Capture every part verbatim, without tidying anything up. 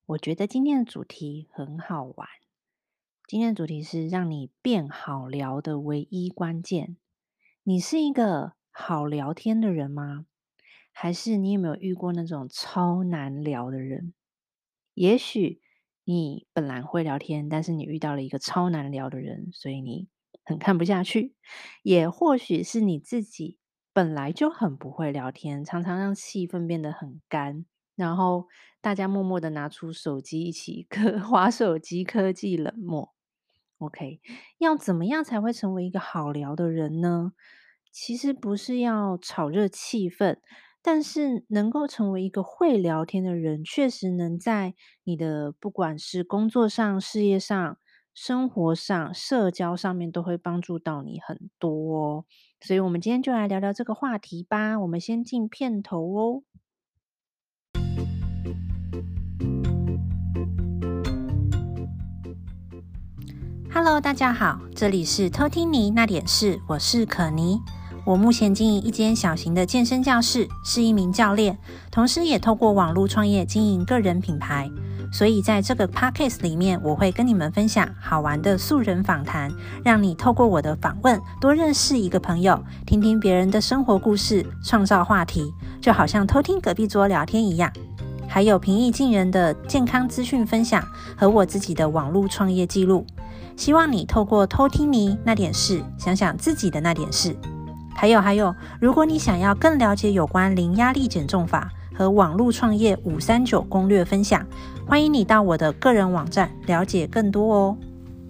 我觉得今天的主题很好玩。今天的主题是让你变好聊的唯一关键。你是一个好聊天的人吗？还是你有没有遇过那种超难聊的人？也许你本来会聊天，但是你遇到了一个超难聊的人，所以你很看不下去。也或许是你自己本来就很不会聊天，常常让气氛变得很干，然后大家默默的拿出手机一起科滑手机，科技冷漠。OK，要怎么样才会成为一个好聊的人呢？其实不是要炒热气氛，但是能够成为一个会聊天的人，确实能在你的不管是工作上、事业上、生活上、社交上面都会帮助到你很多哦。所以我们今天就来聊聊这个话题吧。我们先进片头哦。Hello，大家好，这里是偷听你那点事，我是可妮。我目前经营一间小型的健身教室，是一名教练，同时也透过网络创业经营个人品牌。所以在这个 podcast 里面，我会跟你们分享好玩的素人访谈，让你透过我的访问多认识一个朋友，听听别人的生活故事，创造话题，就好像偷听隔壁桌聊天一样。还有平易近人的健康资讯分享和我自己的网络创业记录。希望你透过偷听你那点事，想想自己的那点事。还有还有，如果你想要更了解有关零压力减重法和网络创业五三九攻略分享，欢迎你到我的个人网站了解更多哦。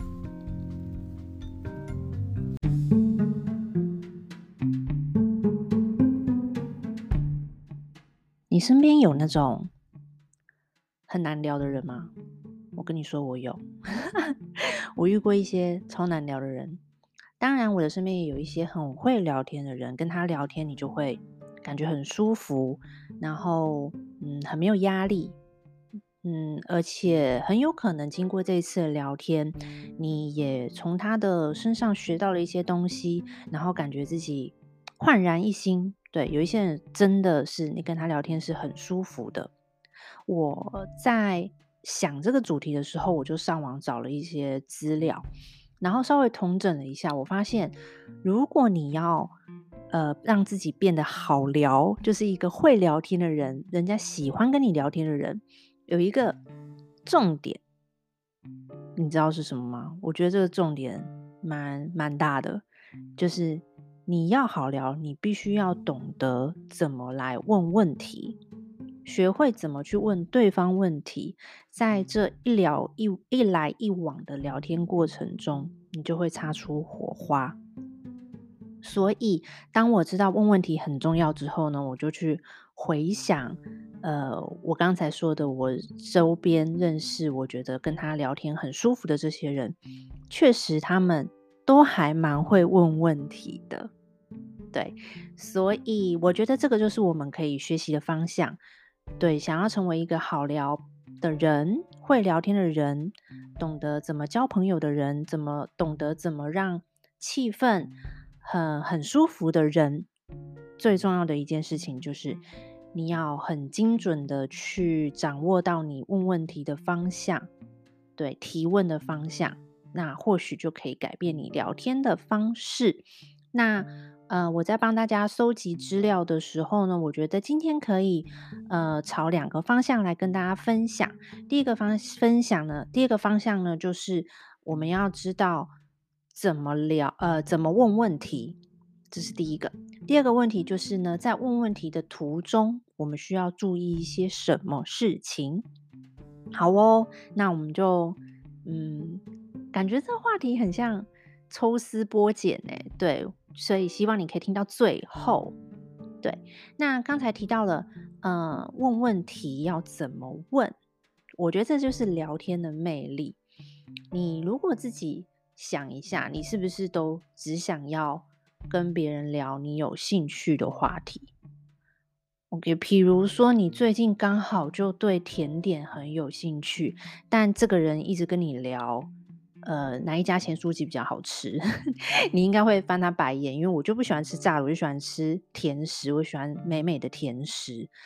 你身边有那种很难聊的人吗？我跟你说我有。我遇过一些超难聊的人。当然我的身边也有一些很会聊天的人，跟他聊天你就会感觉很舒服，然后嗯很没有压力。嗯，而且很有可能经过这一次的聊天，你也从他的身上学到了一些东西，然后感觉自己焕然一新。对，有一些人真的是你跟他聊天是很舒服的。我在想这个主题的时候，我就上网找了一些资料，然后稍微统整了一下，我发现如果你要呃让自己变得好聊，就是一个会聊天的人，人家喜欢跟你聊天的人，有一个重点，你知道是什么吗？我觉得这个重点蛮蛮大的，就是你要好聊，你必须要懂得怎么来问问题，学会怎么去问对方问题。在这一聊一一来一往的聊天过程中，你就会擦出火花。所以，当我知道问问题很重要之后呢，我就去回想，呃，我刚才说的，我周边认识，我觉得跟他聊天很舒服的这些人，确实他们都还蛮会问问题的。对，所以我觉得这个就是我们可以学习的方向。对，想要成为一个好聊的人，会聊天的人，懂得怎么交朋友的人，怎么懂得怎么让气氛很很舒服的人，最重要的一件事情就是你要很精准的去掌握到你问问题的方向，对，提问的方向，那或许就可以改变你聊天的方式。那呃，我在帮大家搜集资料的时候呢，我觉得今天可以呃朝两个方向来跟大家分享。第一个方分享呢，第二个方向呢，就是我们要知道怎么聊，呃，怎么问问题，这是第一个。第二个问题就是呢，在问问题的途中，我们需要注意一些什么事情。好哦，那我们就嗯，感觉这个话题很像抽丝剥茧诶，对，所以希望你可以听到最后。对，那刚才提到了，呃，问问题要怎么问，我觉得这就是聊天的魅力。你如果自己想一下，你是不是都只想要跟别人聊你有兴趣的话题？OK，比如说你最近刚好就对甜点很有兴趣，但这个人一直跟你聊，呃，哪一家咸酥鸡比较好吃，你应该会翻他白眼，因为我就不喜欢吃炸的，我就喜欢吃甜食，我喜欢美美的甜食。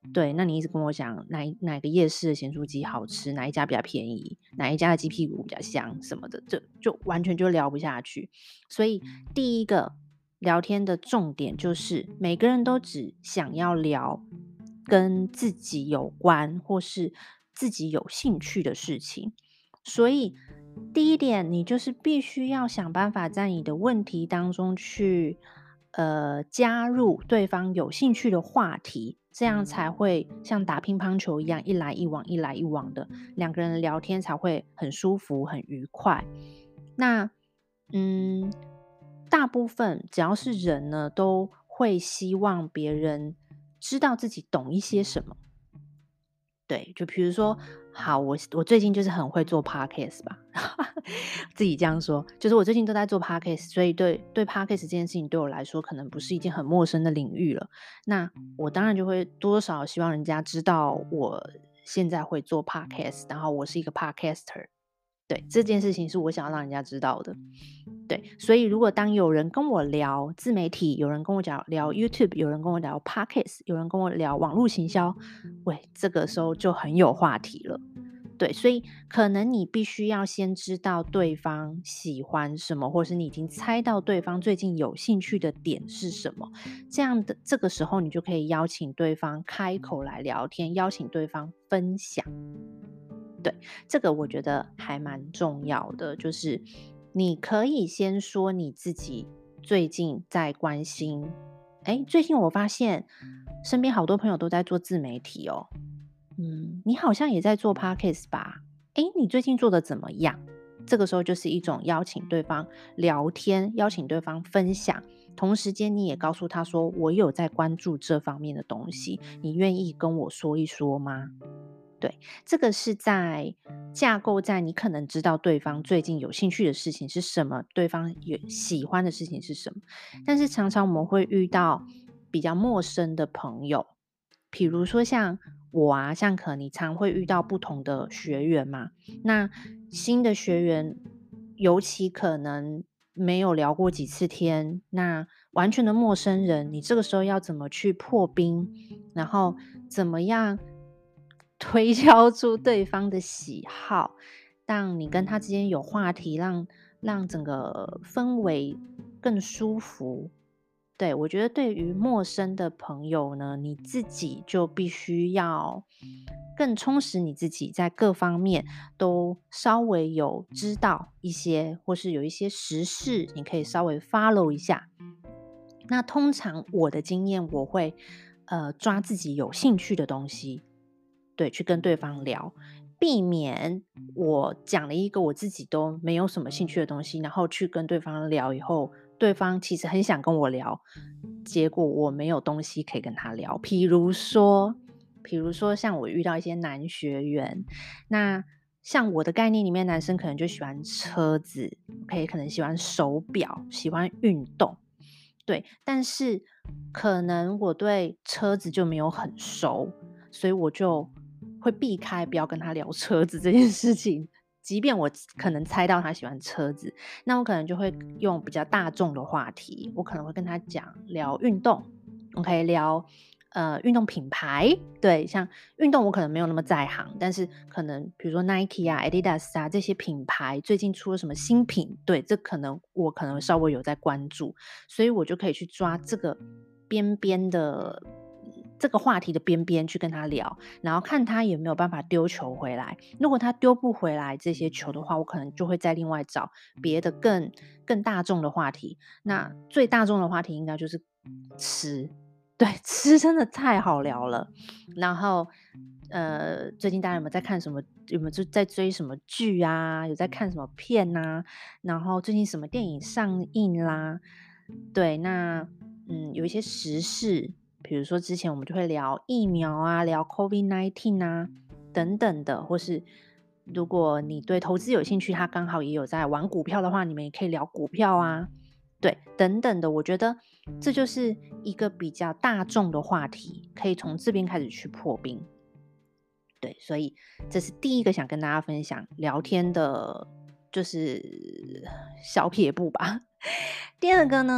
对，那你一直跟我讲哪一哪个夜市的咸酥鸡好吃，哪一家比较便宜，哪一家的鸡屁股比较香什么的，就就完全就聊不下去。所以第一个聊天的重点就是每个人都只想要聊跟自己有关或是自己有兴趣的事情。所以第一点，你就是必须要想办法在你的问题当中去呃加入对方有兴趣的话题，这样才会像打乒乓球一样一来一往，一来一往的，两个人聊天才会很舒服、很愉快。那嗯，大部分只要是人呢，都会希望别人知道自己懂一些什么。对，就比如说，好，我我最近就是很会做 podcast 吧，自己这样说，就是我最近都在做 podcast，所以对对 podcast 这件事情对我来说，可能不是一件很陌生的领域了。那我当然就会多多少少希望人家知道我现在会做 podcast，然后我是一个 podcaster。对，这件事情是我想要让人家知道的。对，所以如果当有人跟我聊自媒体，有人跟我讲聊 YouTube，有人跟我聊 Podcast，有人跟我聊网络行销，喂，这个时候就很有话题了。对，所以可能你必须要先知道对方喜欢什么，或是你已经猜到对方最近有兴趣的点是什么，这样的这个时候你就可以邀请对方开口来聊天，邀请对方分享。对，这个我觉得还蛮重要的，就是你可以先说你自己最近在关心。哎，最近我发现身边好多朋友都在做自媒体哦。嗯，你好像也在做 podcast 吧？哎，你最近做的怎么样？这个时候就是一种邀请对方聊天，邀请对方分享，同时间你也告诉他说，我有在关注这方面的东西，你愿意跟我说一说吗？对，这个是在架构在你可能知道对方最近有兴趣的事情是什么，对方也喜欢的事情是什么。但是常常我们会遇到比较陌生的朋友，比如说像我啊，像可能你常会遇到不同的学员嘛，那新的学员尤其可能没有聊过几次天，那完全的陌生人，你这个时候要怎么去破冰，然后怎么样推敲出对方的喜好，让你跟他之间有话题，让让整个氛围更舒服。对，我觉得对于陌生的朋友呢，你自己就必须要更充实你自己，在各方面都稍微有知道一些，或是有一些时事，你可以稍微 follow 一下。那通常我的经验，我会呃抓自己有兴趣的东西，对，去跟对方聊，避免我讲了一个我自己都没有什么兴趣的东西，然后去跟对方聊以后，对方其实很想跟我聊，结果我没有东西可以跟他聊。比如说，比如说像我遇到一些男学员，那像我的概念里面，男生可能就喜欢车子，OK，可能喜欢手表，喜欢运动。对，但是可能我对车子就没有很熟，所以我就会避开不要跟他聊车子这件事情。即便我可能猜到他喜欢车子，那我可能就会用比较大众的话题，我可能会跟他讲聊运动，OK，聊呃运动品牌。对，像运动我可能没有那么在行，但是可能比如说 Nike 啊、Adidas 啊这些品牌最近出了什么新品，对，这可能我可能稍微有在关注，所以我就可以去抓这个边边的这个话题的边边去跟他聊，然后看他有没有办法丢球回来。如果他丢不回来这些球的话，我可能就会再另外找别的更更大众的话题。那最大众的话题应该就是吃，对，吃真的太好聊了。然后，呃，最近大家有没有在看什么？有没有就在追什么剧啊？有在看什么片呐、然后最近什么电影上映啦？对，那嗯，有一些时事，比如说之前我们就会聊疫苗啊，聊 COVID 十九 啊等等的，或是如果你对投资有兴趣，他刚好也有在玩股票的话，你们也可以聊股票啊，对，等等的。我觉得这就是一个比较大众的话题，可以从这边开始去破冰。对，所以这是第一个想跟大家分享聊天的，就是小撇步吧。第二个呢，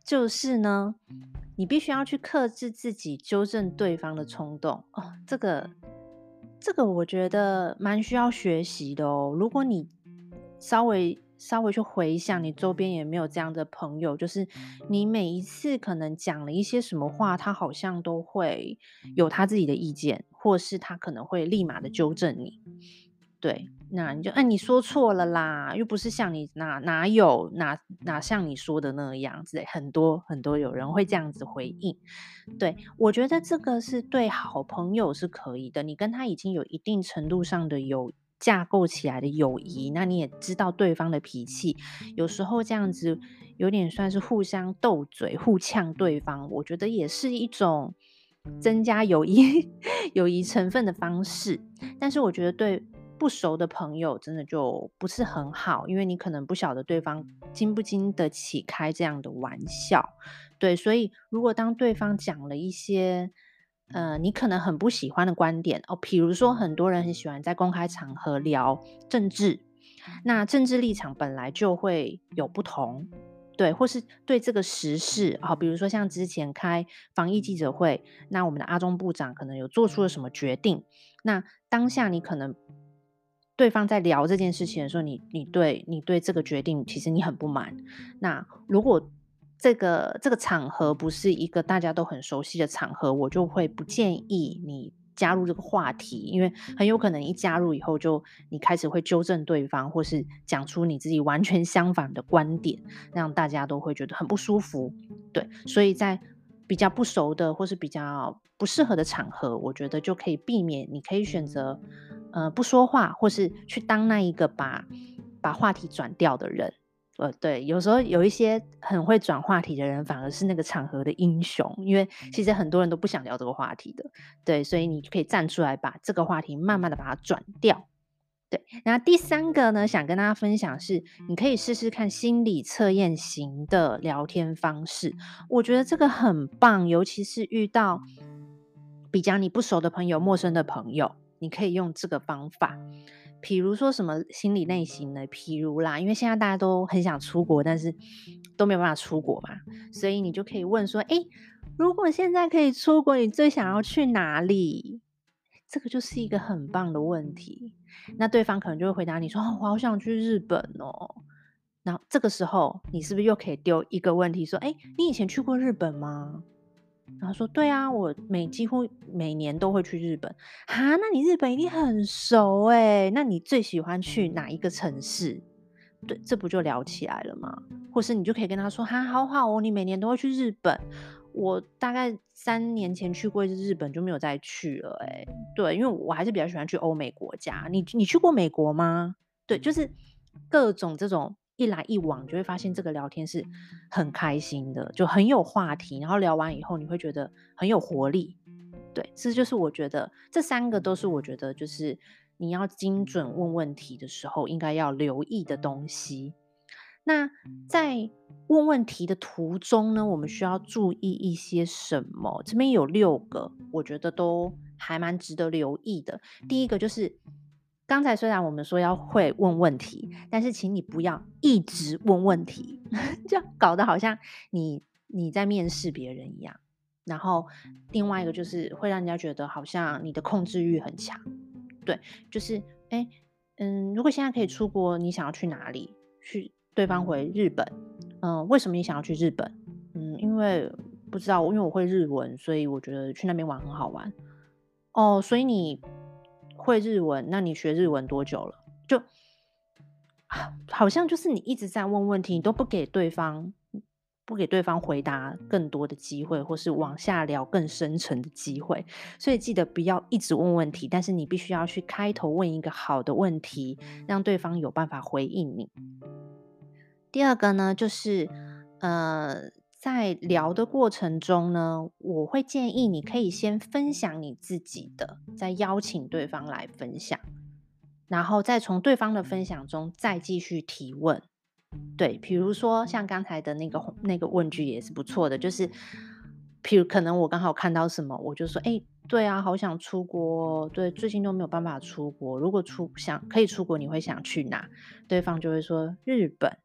就是呢，你必须要去克制自己纠正对方的冲动哦。这个，这个我觉得蛮需要学习的哦。如果你稍微稍微去回想，你周边也没有这样的朋友，就是你每一次可能讲了一些什么话，他好像都会有他自己的意见，或是他可能会立马的纠正你。对，那你就哎，你说错了啦，又不是像你哪哪有哪哪像你说的那样子，很多很多有人会这样子回应。对，我觉得这个是对好朋友是可以的，你跟他已经有一定程度上的有架构起来的友谊，那你也知道对方的脾气，有时候这样子有点算是互相斗嘴、互呛对方，我觉得也是一种增加友谊友谊成分的方式。但是我觉得对不熟的朋友真的就不是很好，因为你可能不晓得对方经不经得起开这样的玩笑。对，所以如果当对方讲了一些，呃，你可能很不喜欢的观点哦，比如说很多人很喜欢在公开场合聊政治，那政治立场本来就会有不同，对，或是对这个时事，好，比如说像之前开防疫记者会，那我们的阿中部长可能有做出了什么决定，那当下你可能对方在聊这件事情的时候，你你对你对这个决定其实你很不满。那如果这个这个场合不是一个大家都很熟悉的场合，我就会不建议你加入这个话题，因为很有可能一加入以后就你开始会纠正对方，或是讲出你自己完全相反的观点，让大家都会觉得很不舒服。对，所以在比较不熟的或是比较不适合的场合，我觉得就可以避免，你可以选择呃不说话，或是去当那一个把把话题转掉的人。呃，对，有时候有一些很会转话题的人，反而是那个场合的英雄，因为其实很多人都不想聊这个话题的，对，所以你可以站出来，把这个话题慢慢的把它转掉。对，那第三个呢，想跟大家分享是，你可以试试看心理测验型的聊天方式，我觉得这个很棒，尤其是遇到比较你不熟的朋友、陌生的朋友，你可以用这个方法。比如说什么心理类型的，譬如啦，因为现在大家都很想出国，但是都没有办法出国嘛，所以你就可以问说，诶，如果现在可以出国，你最想要去哪里？这个就是一个很棒的问题。那对方可能就会回答你说：“哦，我好想去日本哦。”然后这个时候，你是不是又可以丢一个问题说：“诶，你以前去过日本吗？”然后说：“对啊，我每几乎每年都会去日本。”哈，那你日本一定很熟诶，那你最喜欢去哪一个城市？对，这不就聊起来了吗？或是你就可以跟他说：“哈，好好哦，你每年都会去日本，我大概三年前去过一次日本，就没有再去了诶。”对，因为我还是比较喜欢去欧美国家，你你去过美国吗？对，就是各种这种一来一往，你就会发现这个聊天是很开心的，就很有话题，然后聊完以后你会觉得很有活力。对，这就是我觉得这三个都是我觉得就是你要精准问问题的时候应该要留意的东西。那在问问题的途中呢，我们需要注意一些什么？这边有六个，我觉得都还蛮值得留意的。第一个就是，刚才虽然我们说要会问问题，但是请你不要一直问问题，这样搞得好像你你在面试别人一样。然后另外一个就是会让人家觉得好像你的控制欲很强，对，就是哎，诶嗯，如果现在可以出国，你想要去哪里？去对方回日本，嗯，为什么你想要去日本？嗯，因为不知道，因为我会日文，所以我觉得去那边玩很好玩。哦，所以你会日文，那你学日文多久了？就啊好像就是你一直在问问题，你都不给对方不给对方回答更多的机会，或是往下聊更深层的机会。所以记得不要一直问问题，但是你必须要去开头问一个好的问题，让对方有办法回应你。第二个呢，就是呃，在聊的过程中呢，我会建议你可以先分享你自己的，再邀请对方来分享，然后再从对方的分享中再继续提问。对，比如说像刚才的那个那个问句也是不错的，就是譬如可能我刚好看到什么，我就说，哎、对啊，好想出国哦，对，最近都没有办法出国，如果出想可以出国，你会想去哪？对方就会说日本。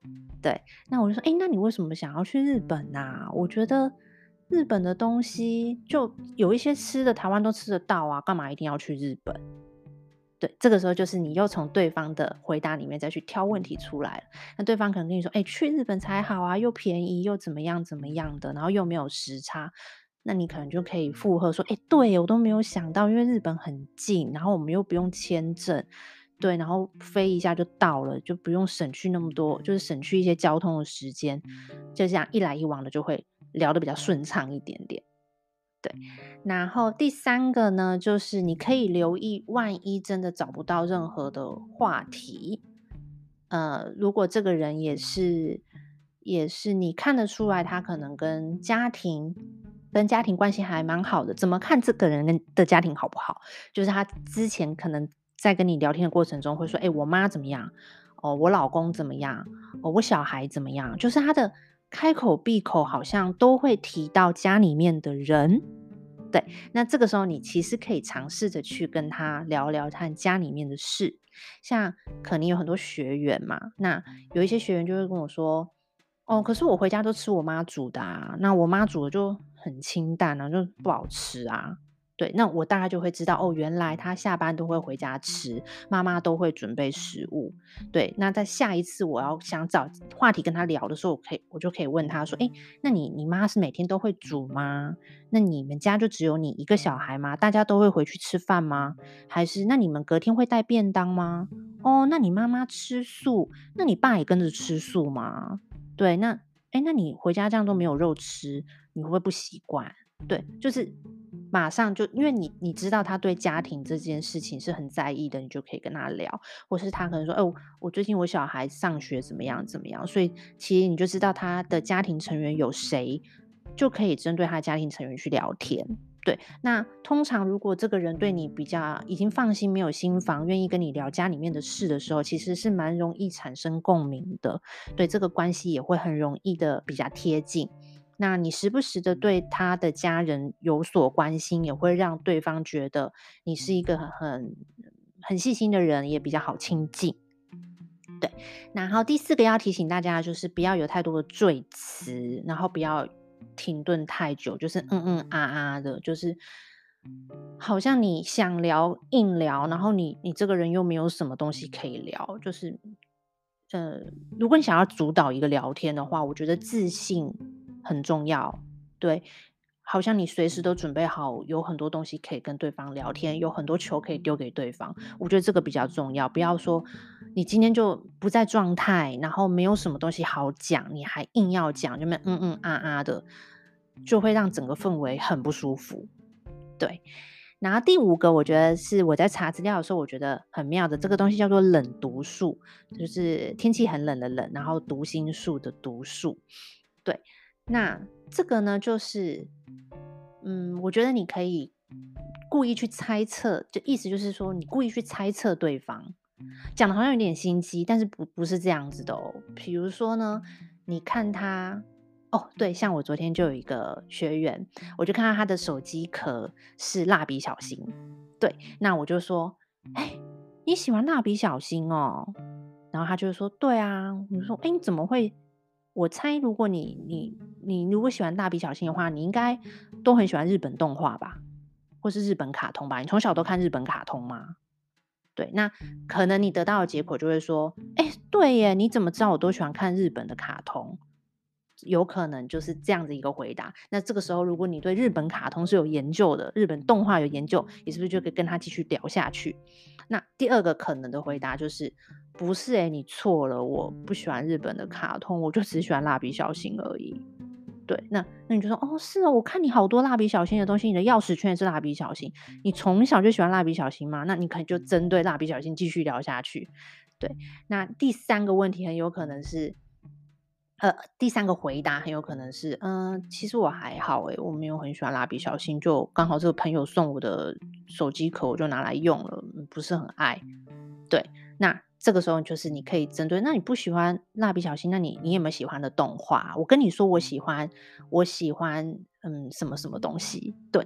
对，那我就说，哎，那你为什么想要去日本啊？我觉得日本的东西就有一些吃的，台湾都吃得到啊，干嘛一定要去日本？对，这个时候就是你又从对方的回答里面再去挑问题出来了。那对方可能跟你说，哎，去日本才好啊，又便宜又怎么样怎么样的，然后又没有时差。那你可能就可以附和说，哎，对，我都没有想到，因为日本很近，然后我们又不用签证，对，然后飞一下就到了，就不用省去那么多，就是省去一些交通的时间，就这样一来一往的就会聊得比较顺畅一点点。对，然后第三个呢，就是你可以留意，万一真的找不到任何的话题，呃，如果这个人也是也是你看得出来，他可能跟家庭跟家庭关系还蛮好的，怎么看这个人跟的家庭好不好？就是他之前可能在跟你聊天的过程中会说，哎，我妈怎么样？哦，我老公怎么样？哦，我小孩怎么样？就是他的开口闭口好像都会提到家里面的人。对，那这个时候你其实可以尝试着去跟他聊聊他家里面的事。像可能有很多学员嘛，那有一些学员就会跟我说，哦，可是我回家都吃我妈煮的啊，那我妈煮的就很清淡啊，就不好吃啊。对，那我大概就会知道，哦，原来他下班都会回家吃，妈妈都会准备食物。对，那在下一次我要想找话题跟他聊的时候，我可以我就可以问他说，诶，那你你妈是每天都会煮吗？那你们家就只有你一个小孩吗？大家都会回去吃饭吗？还是那你们隔天会带便当吗？哦，那你妈妈吃素，那你爸也跟着吃素吗？对，那诶，那你回家这样都没有肉吃，你会不会不习惯？对，就是马上就因为你你知道他对家庭这件事情是很在意的，你就可以跟他聊，或是他可能说，哎、我我最近我小孩上学怎么样怎么样，所以其实你就知道他的家庭成员有谁，就可以针对他的家庭成员去聊天。对，那通常如果这个人对你比较已经放心，没有心防，愿意跟你聊家里面的事的时候，其实是蛮容易产生共鸣的。对，这个关系也会很容易的比较贴近。那你时不时的对他的家人有所关心，也会让对方觉得你是一个很很很细心的人，也比较好亲近。对，然后第四个要提醒大家的就是不要有太多的赘词，然后不要停顿太久，就是嗯嗯啊啊的，就是好像你想聊硬聊，然后你你这个人又没有什么东西可以聊，就是呃，如果你想要主导一个聊天的话，我觉得自信很重要。对，好像你随时都准备好，有很多东西可以跟对方聊天，有很多球可以丢给对方。我觉得这个比较重要，不要说你今天就不在状态，然后没有什么东西好讲，你还硬要讲，就那嗯嗯啊啊的，就会让整个氛围很不舒服。对，然后第五个我觉得是我在查资料的时候，我觉得很妙的，这个东西叫做冷读术，就是天气很冷的冷，然后读心术的读术。对，那这个呢，就是嗯，我觉得你可以故意去猜测，就意思就是说，你故意去猜测对方，讲的好像有点心机，但是不不是这样子的哦。比如说呢，你看他，哦，对，像我昨天就有一个学员，我就看到他的手机壳是蜡笔小新，对，那我就说，哎，你喜欢蜡笔小新哦？然后他就说，对啊。我就说，哎，你怎么会？我猜，如果你你你如果喜欢蜡笔小新的话，你应该都很喜欢日本动画吧，或是日本卡通吧？你从小都看日本卡通吗？对，那可能你得到的结果就会说，哎，对耶，你怎么知道我都喜欢看日本的卡通？有可能就是这样子一个回答。那这个时候，如果你对日本卡通是有研究的，日本动画有研究，你是不是就可以跟他继续聊下去？那第二个可能的回答就是，不是诶，你错了，我不喜欢日本的卡通，我就只喜欢蜡笔小新而已。对，那那你就说，哦，是哦，我看你好多蜡笔小新的东西，你的钥匙圈也是蜡笔小新，你从小就喜欢蜡笔小新吗？那你可能就针对蜡笔小新继续聊下去。对，那第三个问题很有可能是，呃，第三个回答很有可能是，嗯、其实我还好诶，我没有很喜欢蜡笔小新，就刚好这个朋友送我的手机壳，我就拿来用了，嗯不是很爱。对，那这个时候就是你可以针对，那你不喜欢蜡笔小新，那你你有没有喜欢的动画？我跟你说，我喜欢，我喜欢，嗯，什么什么东西？对，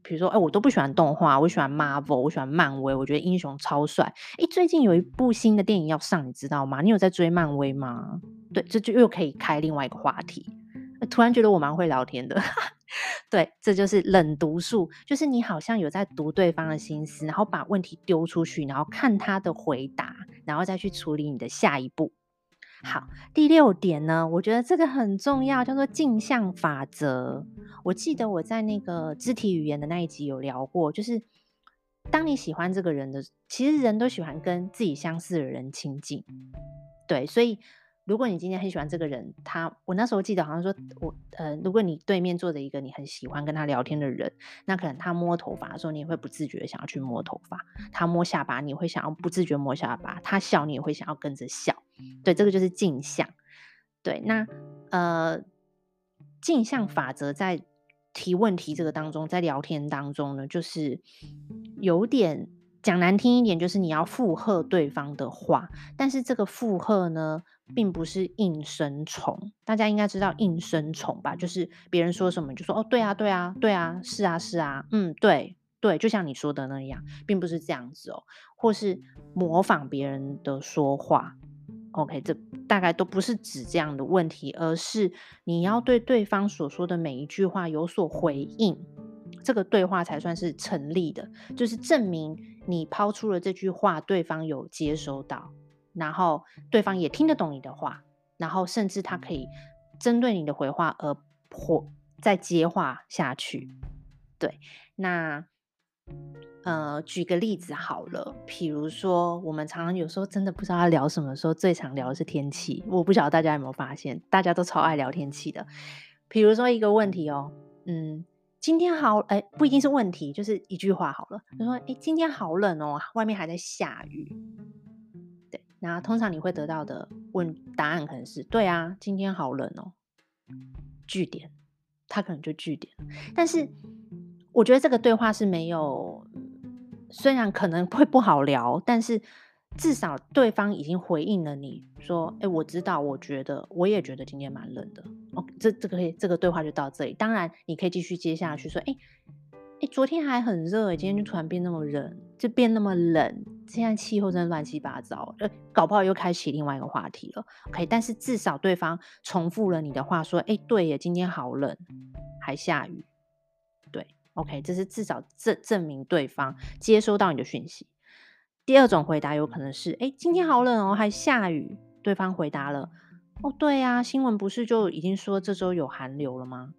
比如说，哎、我都不喜欢动画，我喜欢 Marvel，我喜欢漫威，我觉得英雄超帅。哎，最近有一部新的电影要上，你知道吗？你有在追漫威吗？对，这就又可以开另外一个话题。呃突然觉得我蛮会聊天的。对，这就是冷读术，就是你好像有在读对方的心思，然后把问题丢出去，然后看他的回答，然后再去处理你的下一步。好，第六点呢，我觉得这个很重要，叫做镜像法则。我记得我在那个肢体语言的那一集有聊过，就是当你喜欢这个人的，其实人都喜欢跟自己相似的人亲近。对，所以如果你今天很喜欢这个人，他我那时候记得好像说，我呃，如果你对面坐着一个你很喜欢跟他聊天的人，那可能他摸头发的时候，你也会不自觉的想要去摸头发；他摸下巴，你会想要不自觉摸下巴；他笑，你也会想要跟着笑。对，这个就是镜像。对，那呃，镜像法则在提问题这个当中，在聊天当中呢，就是有点讲难听一点，就是你要附和对方的话，但是这个附和呢，并不是应声虫。大家应该知道应声虫吧？就是别人说什么你就说哦，对啊，对啊，对啊，是啊，是啊，嗯，对。对，就像你说的那样，并不是这样子哦，或是模仿别人的说话，OK，这大概都不是指这样的问题，而是你要对对方所说的每一句话有所回应，这个对话才算是成立的，就是证明你抛出了这句话，对方有接收到，然后对方也听得懂你的话，然后甚至他可以针对你的回话而或再接话下去。对，那呃，举个例子好了，比如说我们常常有时候真的不知道要聊什么的时候，最常聊的是天气。我不晓得大家有没有发现，大家都超爱聊天气的。比如说一个问题哦，嗯，今天好，哎，不一定是问题，就是一句话好了，就说，哎，今天好冷哦，外面还在下雨。对，那通常你会得到的问答案可能是，对啊，今天好冷哦，句点，他可能就句点了。但是我觉得这个对话是没有，虽然可能会不好聊，但是至少对方已经回应了你说，哎、我知道，我觉得，我也觉得今天蛮冷的。哦，这这个可以，这个对话就到这里。当然，你可以继续接下去说，哎、哎，昨天还很热，今天就突然变那么冷，就变那么冷。现在气候真的乱七八糟，呃，搞不好又开启另外一个话题了。OK，但是至少对方重复了你的话，说：“哎，对耶，今天好冷，还下雨。”对，OK，这是至少证证明对方接收到你的讯息。第二种回答有可能是：“哎，今天好冷哦，还下雨。”对方回答了：“哦，对呀，新闻不是就已经说这周有寒流了吗？”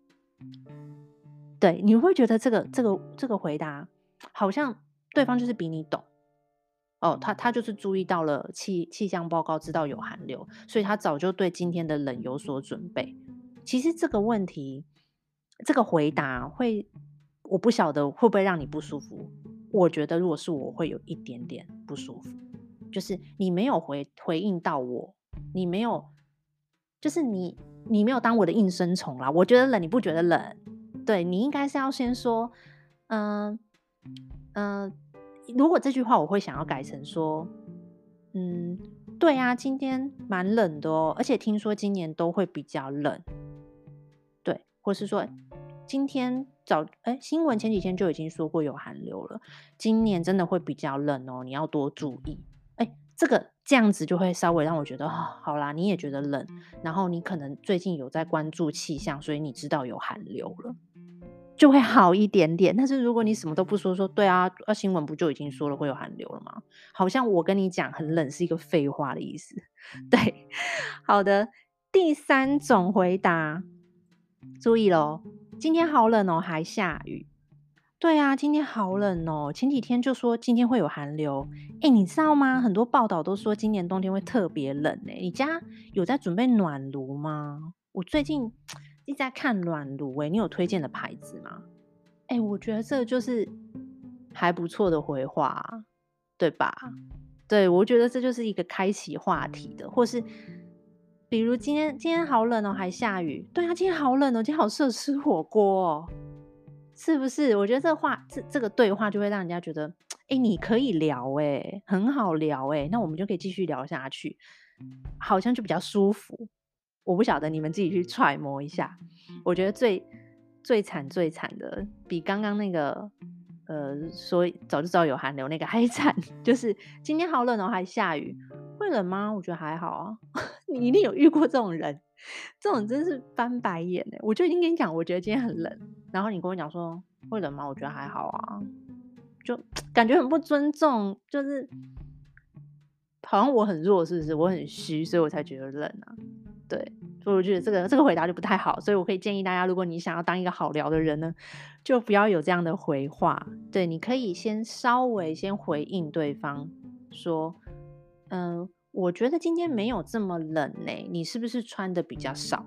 对，你会觉得这个这个这个回答好像对方就是比你懂哦，他他就是注意到了气气象报告，知道有寒流，所以他早就对今天的冷有所准备。其实这个问题，这个回答会，我不晓得会不会让你不舒服。我觉得如果是我会有一点点不舒服，就是你没有回回应到我，你没有，就是你你没有当我的应声虫啦。我觉得冷，你不觉得冷？对，你应该是要先说，嗯、嗯、如果这句话我会想要改成说，嗯，对啊，今天蛮冷的哦，而且听说今年都会比较冷，对，或是说今天早，哎，新闻前几天就已经说过有寒流了，今年真的会比较冷哦，你要多注意。哎，这个这样子就会稍微让我觉得，啊，好啦，你也觉得冷，然后你可能最近有在关注气象，所以你知道有寒流了。就会好一点点。但是如果你什么都不说，说对啊，啊新闻不就已经说了会有寒流了吗？好像我跟你讲很冷是一个废话的意思。对，好的。第三种回答，注意咯，今天好冷哦，还下雨。对啊，今天好冷哦，前几天就说今天会有寒流。哎，你知道吗？很多报道都说今年冬天会特别冷诶，你家有在准备暖炉吗？我最近一直在看暖炉诶，你有推荐的牌子吗？哎，我觉得这就是还不错的回话啊，对吧？对，我觉得这就是一个开启话题的，或是比如今天今天好冷哦，还下雨。对啊，今天好冷哦，今天好适合吃火锅哦，是不是？我觉得这话这这个对话就会让人家觉得，哎，你可以聊哎，很好聊哎，那我们就可以继续聊下去，好像就比较舒服。我不晓得你们自己去揣摩一下。我觉得最最惨最惨的，比刚刚那个呃说早就知道有寒流那个还惨，就是今天好冷哦，还下雨，会冷吗？我觉得还好啊。你一定有遇过这种人，这种真是翻白眼哎！我就已经跟你讲，我觉得今天很冷，然后你跟我讲说会冷吗？我觉得还好啊，就感觉很不尊重，就是好像我很弱，是不是？我很虚，所以我才觉得冷啊。对，所以我觉得这个这个回答就不太好，所以我可以建议大家，如果你想要当一个好聊的人呢，就不要有这样的回话。对，你可以先稍微先回应对方说，嗯、我觉得今天没有这么冷呢、你是不是穿的比较少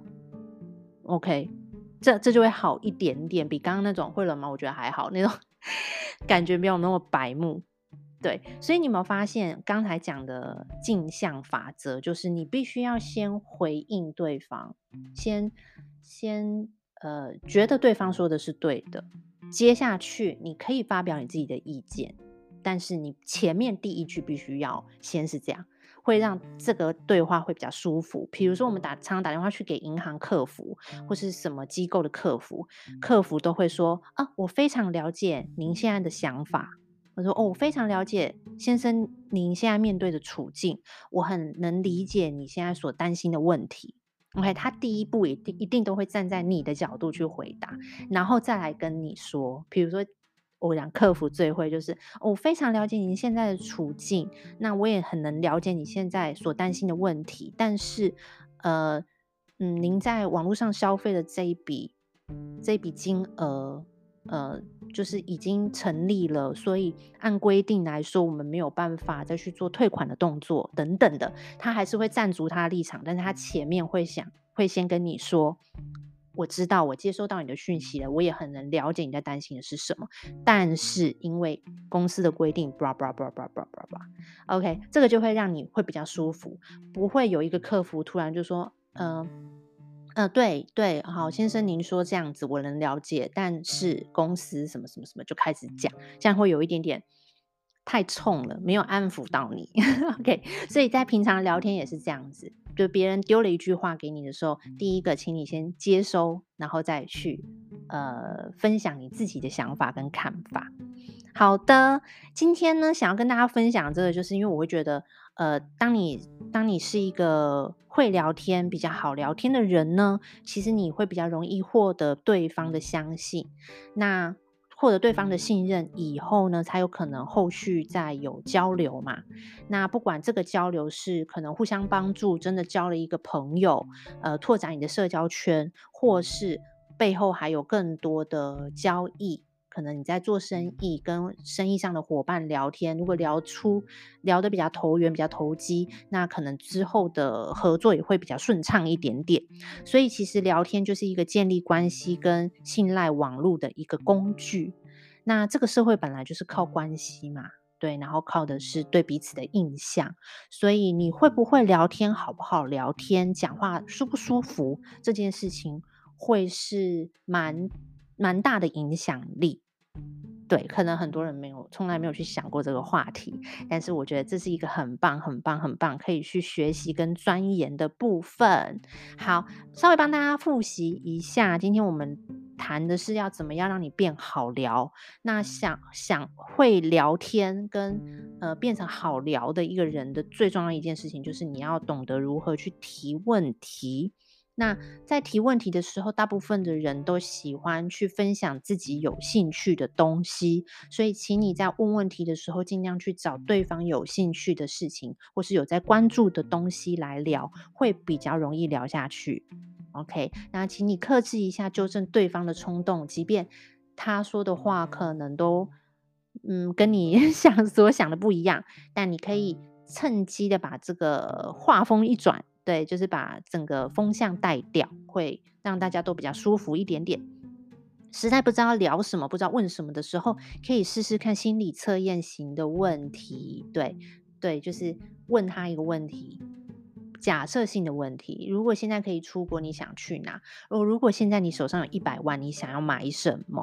？OK，这这就会好一点点，比刚刚那种会冷吗？我觉得还好，那种感觉没有那么白目。对，所以你有没有发现刚才讲的镜像法则，就是你必须要先回应对方，先先呃觉得对方说的是对的，接下去你可以发表你自己的意见，但是你前面第一句必须要先是这样，会让这个对话会比较舒服。比如说我们打常常打电话去给银行客服或是什么机构的客服，客服都会说啊，我非常了解您现在的想法。我说哦，我非常了解先生您现在面对的处境，我很能理解你现在所担心的问题。OK，他第一步一定一定都会站在你的角度去回答，然后再来跟你说，比如说我讲客服最会就是，哦我非常了解您现在的处境，那我也很能了解你现在所担心的问题，但是呃，嗯，您在网络上消费的这一笔这一笔金额，呃，就是已经成立了，所以按规定来说，我们没有办法再去做退款的动作等等的，他还是会站足他的立场，但是他前面会想会先跟你说。我知道，我接收到你的讯息了，我也很能了解你在担心的是什么，但是因为公司的规定，blah blah blah blah blah blah blah，OK，这个就会让你会比较舒服，不会有一个客服突然就说，嗯、呃呃，对对，好，先生，您说这样子我能了解，但是公司什么什么什么就开始讲，这样会有一点点太冲了，没有安抚到你。OK，所以在平常聊天也是这样子，就别人丢了一句话给你的时候，第一个请你先接收，然后再去呃分享你自己的想法跟看法。好的，今天呢，想要跟大家分享这个，就是因为我会觉得，呃，当你当你是一个会聊天、比较好聊天的人呢，其实你会比较容易获得对方的相信。那获得对方的信任以后呢，才有可能后续再有交流嘛。那不管这个交流是可能互相帮助，真的交了一个朋友，呃，拓展你的社交圈，或是背后还有更多的交易。可能你在做生意，跟生意上的伙伴聊天，如果聊出聊得比较投缘、比较投机，那可能之后的合作也会比较顺畅一点点。所以其实聊天就是一个建立关系跟信赖网络的一个工具。那这个社会本来就是靠关系嘛，对，然后靠的是对彼此的印象。所以你会不会聊天，好不好聊天，讲话舒不舒服，这件事情会是蛮蛮大的影响力。对，可能很多人没有从来没有去想过这个话题，但是我觉得这是一个很棒、很棒、很棒，可以去学习跟钻研的部分。好，稍微帮大家复习一下，今天我们谈的是要怎么样让你变好聊。那想想会聊天跟呃变成好聊的一个人的最重要一件事情，就是你要懂得如何去提问题。那在提问题的时候，大部分的人都喜欢去分享自己有兴趣的东西，所以请你在问问题的时候，尽量去找对方有兴趣的事情，或是有在关注的东西来聊，会比较容易聊下去。OK，那请你克制一下纠正对方的冲动，即便他说的话可能都嗯跟你想所想的不一样，但你可以趁机的把这个话锋一转，对，就是把整个风向带掉，会让大家都比较舒服一点点。实在不知道聊什么，不知道问什么的时候，可以试试看心理测验型的问题。对对，就是问他一个问题，假设性的问题。如果现在可以出国，你想去哪？哦，如果现在你手上有一百万，你想要买什么？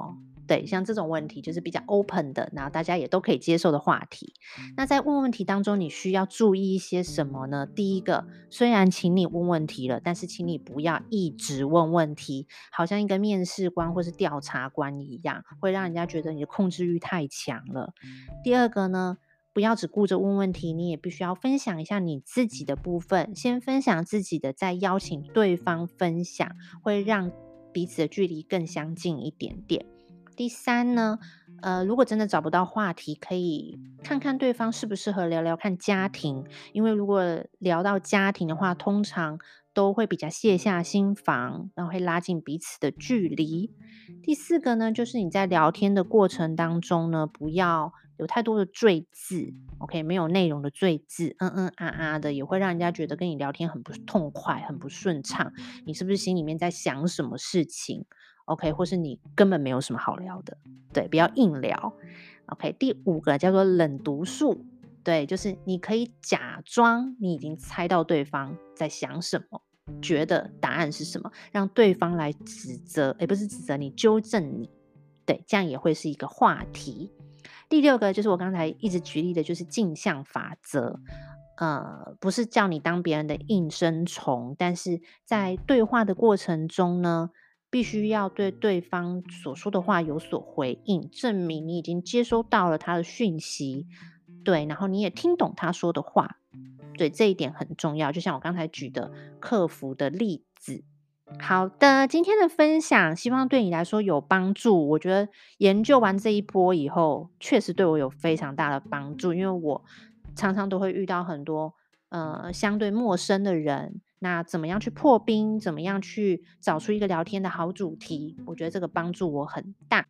对，像这种问题就是比较 open 的，然后大家也都可以接受的话题。那在问问题当中，你需要注意一些什么呢？第一个，虽然请你问问题了，但是请你不要一直问问题，好像一个面试官或是调查官一样，会让人家觉得你的控制欲太强了。第二个呢，不要只顾着问问题，你也必须要分享一下你自己的部分，先分享自己的，再邀请对方分享，会让彼此的距离更相近一点点。第三呢，呃，如果真的找不到话题，可以看看对方适不适合聊聊看家庭，因为如果聊到家庭的话，通常都会比较卸下心防，然后会拉近彼此的距离。第四个呢，就是你在聊天的过程当中呢，不要有太多的赘字，OK，没有内容的赘字，嗯嗯啊啊的，也会让人家觉得跟你聊天很不痛快，很不顺畅。你是不是心里面在想什么事情？OK，或是你根本没有什么好聊的，对，不要硬聊。OK，第五个叫做冷读术，对，就是你可以假装你已经猜到对方在想什么，觉得答案是什么，让对方来指责，也不是指责你，纠正你，对，这样也会是一个话题。第六个就是我刚才一直举例的，就是镜像法则。呃，不是叫你当别人的应声虫，但是在对话的过程中呢，必须要对对方所说的话有所回应，证明你已经接收到了他的讯息，对，然后你也听懂他说的话，对，这一点很重要。就像我刚才举的客服的例子。好的，今天的分享希望对你来说有帮助。我觉得研究完这一波以后，确实对我有非常大的帮助，因为我常常都会遇到很多呃相对陌生的人，那怎么样去破冰，怎么样去找出一个聊天的好主题，我觉得这个帮助我很大。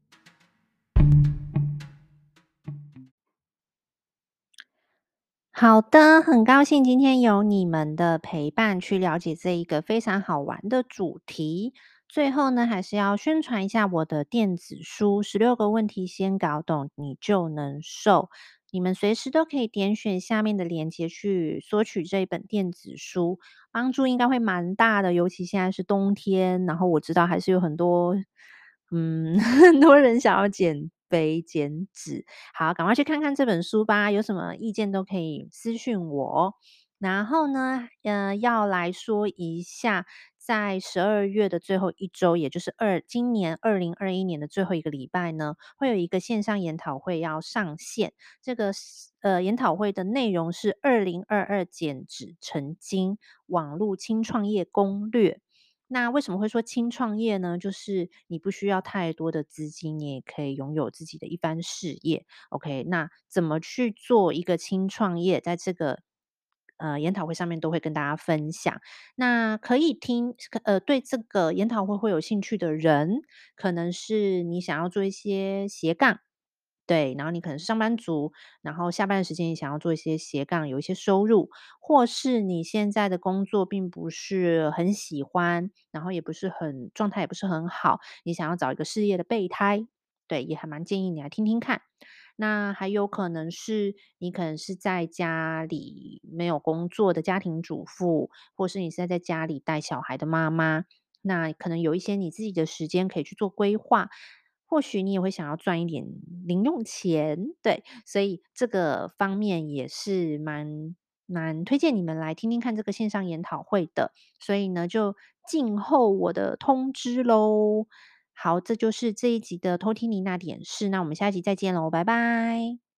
好的，很高兴今天有你们的陪伴，去了解这一个非常好玩的主题。最后呢，还是要宣传一下我的电子书《十六个问题先搞懂，你就能瘦》。你们随时都可以点选下面的链接去索取这一本电子书，帮助应该会蛮大的。尤其现在是冬天，然后我知道还是有很多，嗯，很多人想要减肥减脂。好，赶快去看看这本书吧，有什么意见都可以私讯我。然后呢，呃，要来说一下，在十二月的最后一周，也就是二今年二零二一年的最后一个礼拜呢，会有一个线上研讨会要上线。这个是呃研讨会的内容是二零二二减脂成金网络轻创业攻略。那为什么会说轻创业呢？就是你不需要太多的资金，你也可以拥有自己的一番事业。OK，那怎么去做一个轻创业，在这个呃研讨会上面都会跟大家分享。那可以听呃对这个研讨会会有兴趣的人，可能是你想要做一些斜杠。对，然后你可能是上班族，然后下班的时间也想要做一些斜杠，有一些收入，或是你现在的工作并不是很喜欢，然后也不是很状态也不是很好，你想要找一个事业的备胎，对，也还蛮建议你来听听看。那还有可能是你可能是在家里没有工作的家庭主妇，或是你是在家里带小孩的妈妈，那可能有一些你自己的时间可以去做规划，或许你也会想要赚一点零用钱，对，所以这个方面也是蛮蛮推荐你们来听听看这个线上研讨会的，所以呢，就静候我的通知喽。好，这就是这一集的偷听妮那点事，那我们下一集再见喽，拜拜。